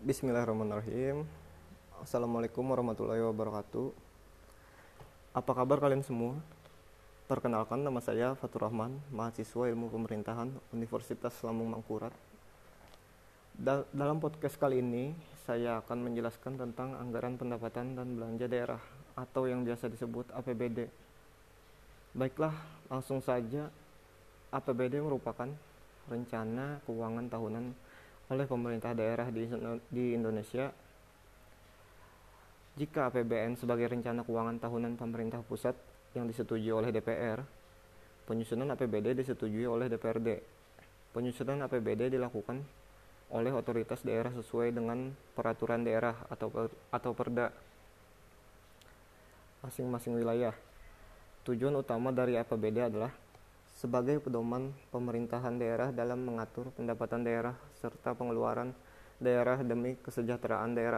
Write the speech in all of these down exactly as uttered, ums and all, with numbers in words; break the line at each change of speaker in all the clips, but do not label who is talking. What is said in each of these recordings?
Bismillahirrahmanirrahim. Assalamualaikum warahmatullahi wabarakatuh. Apa kabar kalian semua? Perkenalkan, nama saya Fatur Rahman, mahasiswa Ilmu Pemerintahan Universitas Lambung Mangkurat. Da- dalam podcast kali ini, saya akan menjelaskan tentang anggaran pendapatan dan belanja daerah atau yang biasa disebut A P B D. Baiklah, langsung saja. A P B D merupakan rencana keuangan tahunan oleh pemerintah daerah di, di Indonesia. Jika A P B N sebagai rencana keuangan tahunan pemerintah pusat yang disetujui oleh D P R, penyusunan A P B D disetujui oleh D P R D. Penyusunan A P B D dilakukan oleh otoritas daerah sesuai dengan peraturan daerah atau per, atau Perda masing-masing wilayah. Tujuan utama dari A P B D adalah sebagai pedoman pemerintahan daerah dalam mengatur pendapatan daerah serta pengeluaran daerah demi kesejahteraan daerah.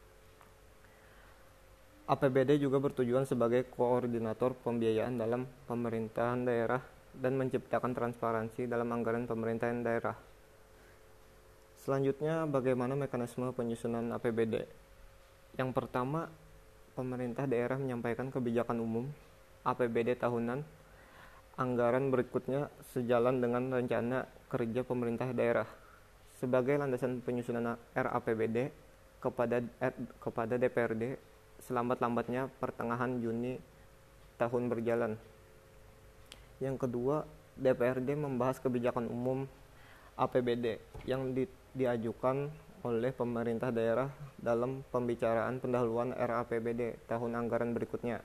A P B D juga bertujuan sebagai koordinator pembiayaan dalam pemerintahan daerah dan menciptakan transparansi dalam anggaran pemerintahan daerah. Selanjutnya, bagaimana mekanisme penyusunan A P B D? Yang pertama, pemerintah daerah menyampaikan kebijakan umum A P B D tahunan anggaran berikutnya sejalan dengan rencana kerja pemerintah daerah sebagai landasan penyusunan R A P B D kepada eh, kepada D P R D selambat-lambatnya pertengahan Juni tahun berjalan. Yang kedua, D P R D membahas kebijakan umum A P B D yang di, diajukan oleh pemerintah daerah dalam pembicaraan pendahuluan R A P B D tahun anggaran berikutnya.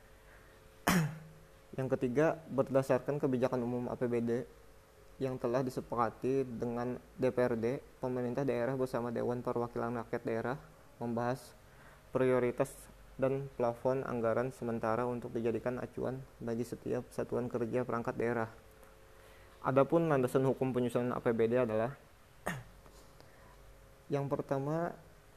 Yang ketiga, berdasarkan kebijakan umum A P B D yang telah disepakati dengan D P R D, pemerintah daerah bersama Dewan Perwakilan Rakyat Daerah membahas prioritas dan plafon anggaran sementara untuk dijadikan acuan bagi setiap satuan kerja perangkat daerah. Adapun landasan hukum penyusunan A P B D adalah yang pertama,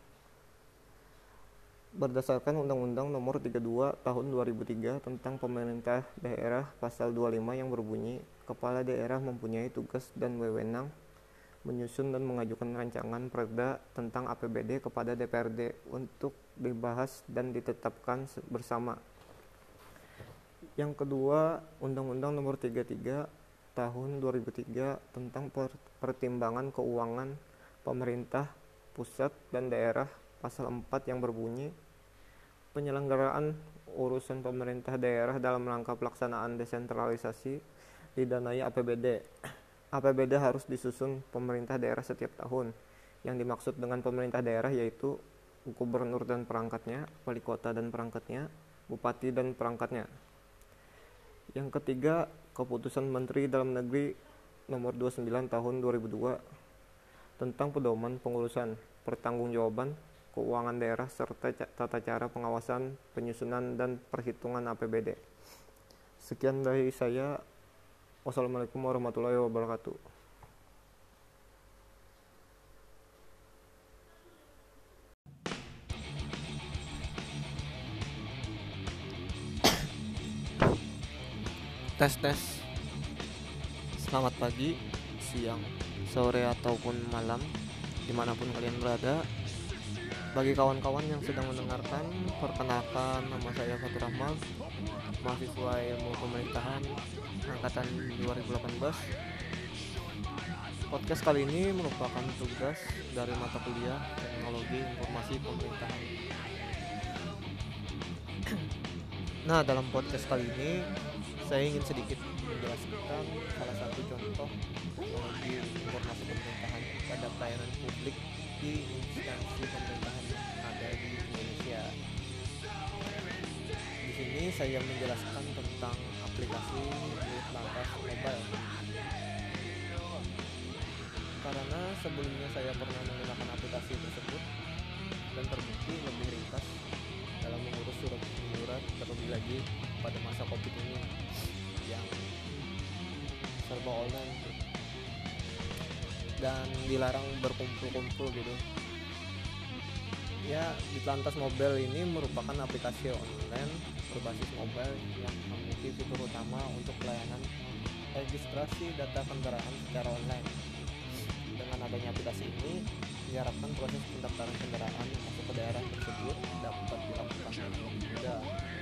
berdasarkan Undang-Undang Nomor tiga puluh dua Tahun dua ribu tiga tentang Pemerintah Daerah Pasal dua puluh lima yang berbunyi, Kepala Daerah mempunyai tugas dan wewenang menyusun dan mengajukan rancangan perda tentang A P B D kepada D P R D untuk dibahas dan ditetapkan bersama. Yang kedua, Undang-Undang Nomor tiga puluh tiga Tahun dua ribu tiga tentang Pertimbangan Keuangan Pemerintah Pusat dan Daerah Pasal empat yang berbunyi, penyelenggaraan urusan pemerintah daerah dalam rangka pelaksanaan desentralisasi didanai A P B D. A P B D harus disusun pemerintah daerah setiap tahun. Yang dimaksud dengan pemerintah daerah yaitu gubernur dan perangkatnya, wali kota dan perangkatnya, bupati dan perangkatnya. Yang ketiga, keputusan Menteri Dalam Negeri Nomor dua puluh sembilan Tahun dua ribu dua tentang pedoman pengurusan, pertanggungjawaban keuangan daerah serta tata cara pengawasan, penyusunan dan perhitungan A P B D. Sekian dari saya. Wassalamualaikum warahmatullahi wabarakatuh.
Tes tes. Selamat pagi, siang, sore ataupun malam, dimanapun kalian berada. Bagi kawan-kawan yang sedang mendengarkan, perkenalkan, nama saya Fatur Rahman, mahasiswa Ilmu Pemerintahan angkatan dua ribu delapan belas. Podcast kali ini merupakan tugas dari mata kuliah Teknologi Informasi Pemerintahan. Nah, dalam podcast kali ini saya ingin sedikit menjelaskan salah satu contoh teknologi informasi pemerintahan pada pelayanan publik di instansi pemerintahan ada di Indonesia. Di sini saya menjelaskan tentang aplikasi Litlantas Mobile. Karena sebelumnya saya pernah menggunakan aplikasi tersebut dan terbukti lebih ringkas dalam mengurus surat menyurat, terlebih lagi pada masa Covid ini yang serba online dan dilarang berkumpul-kumpul gitu. Ya, Litlantas Mobile ini merupakan aplikasi online berbasis mobile yang memiliki fitur utama untuk pelayanan registrasi data kendaraan secara online. Dengan adanya aplikasi ini, Diharapkan proses pendaftaran kendaraan yang masuk ke daerah tersebut dapat dilakukan dengan lebih mudah.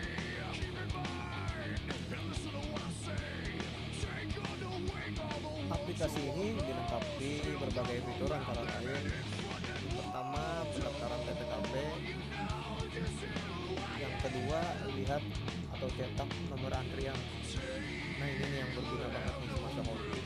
Aplikasi ini dilengkapi berbagai fitur antara lain: pertama, pendaftaran T P K B; yang kedua, lihat atau cetak nomor antrian. Nah, ini nih yang berguna banget nih semasa COVID.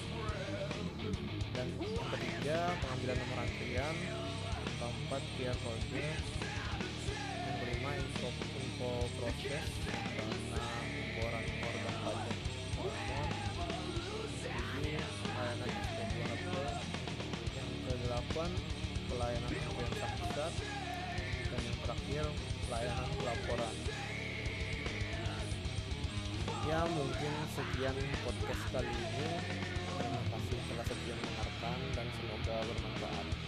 Dan yang ketiga, pengambilan nomor antrian. Yang keempat, Q R code. Yang kelima, info, info proses dana laporan organ pajak nomor. Tujuh, layanan S P dua H P. Yang kedelapan, pelayanan antrian samsat. Dan yang terakhir, layanan pelaporan. Ya, mungkin sekian podcast kali ini. Terima kasih telah setia mendengarkan dan semoga bermanfaat.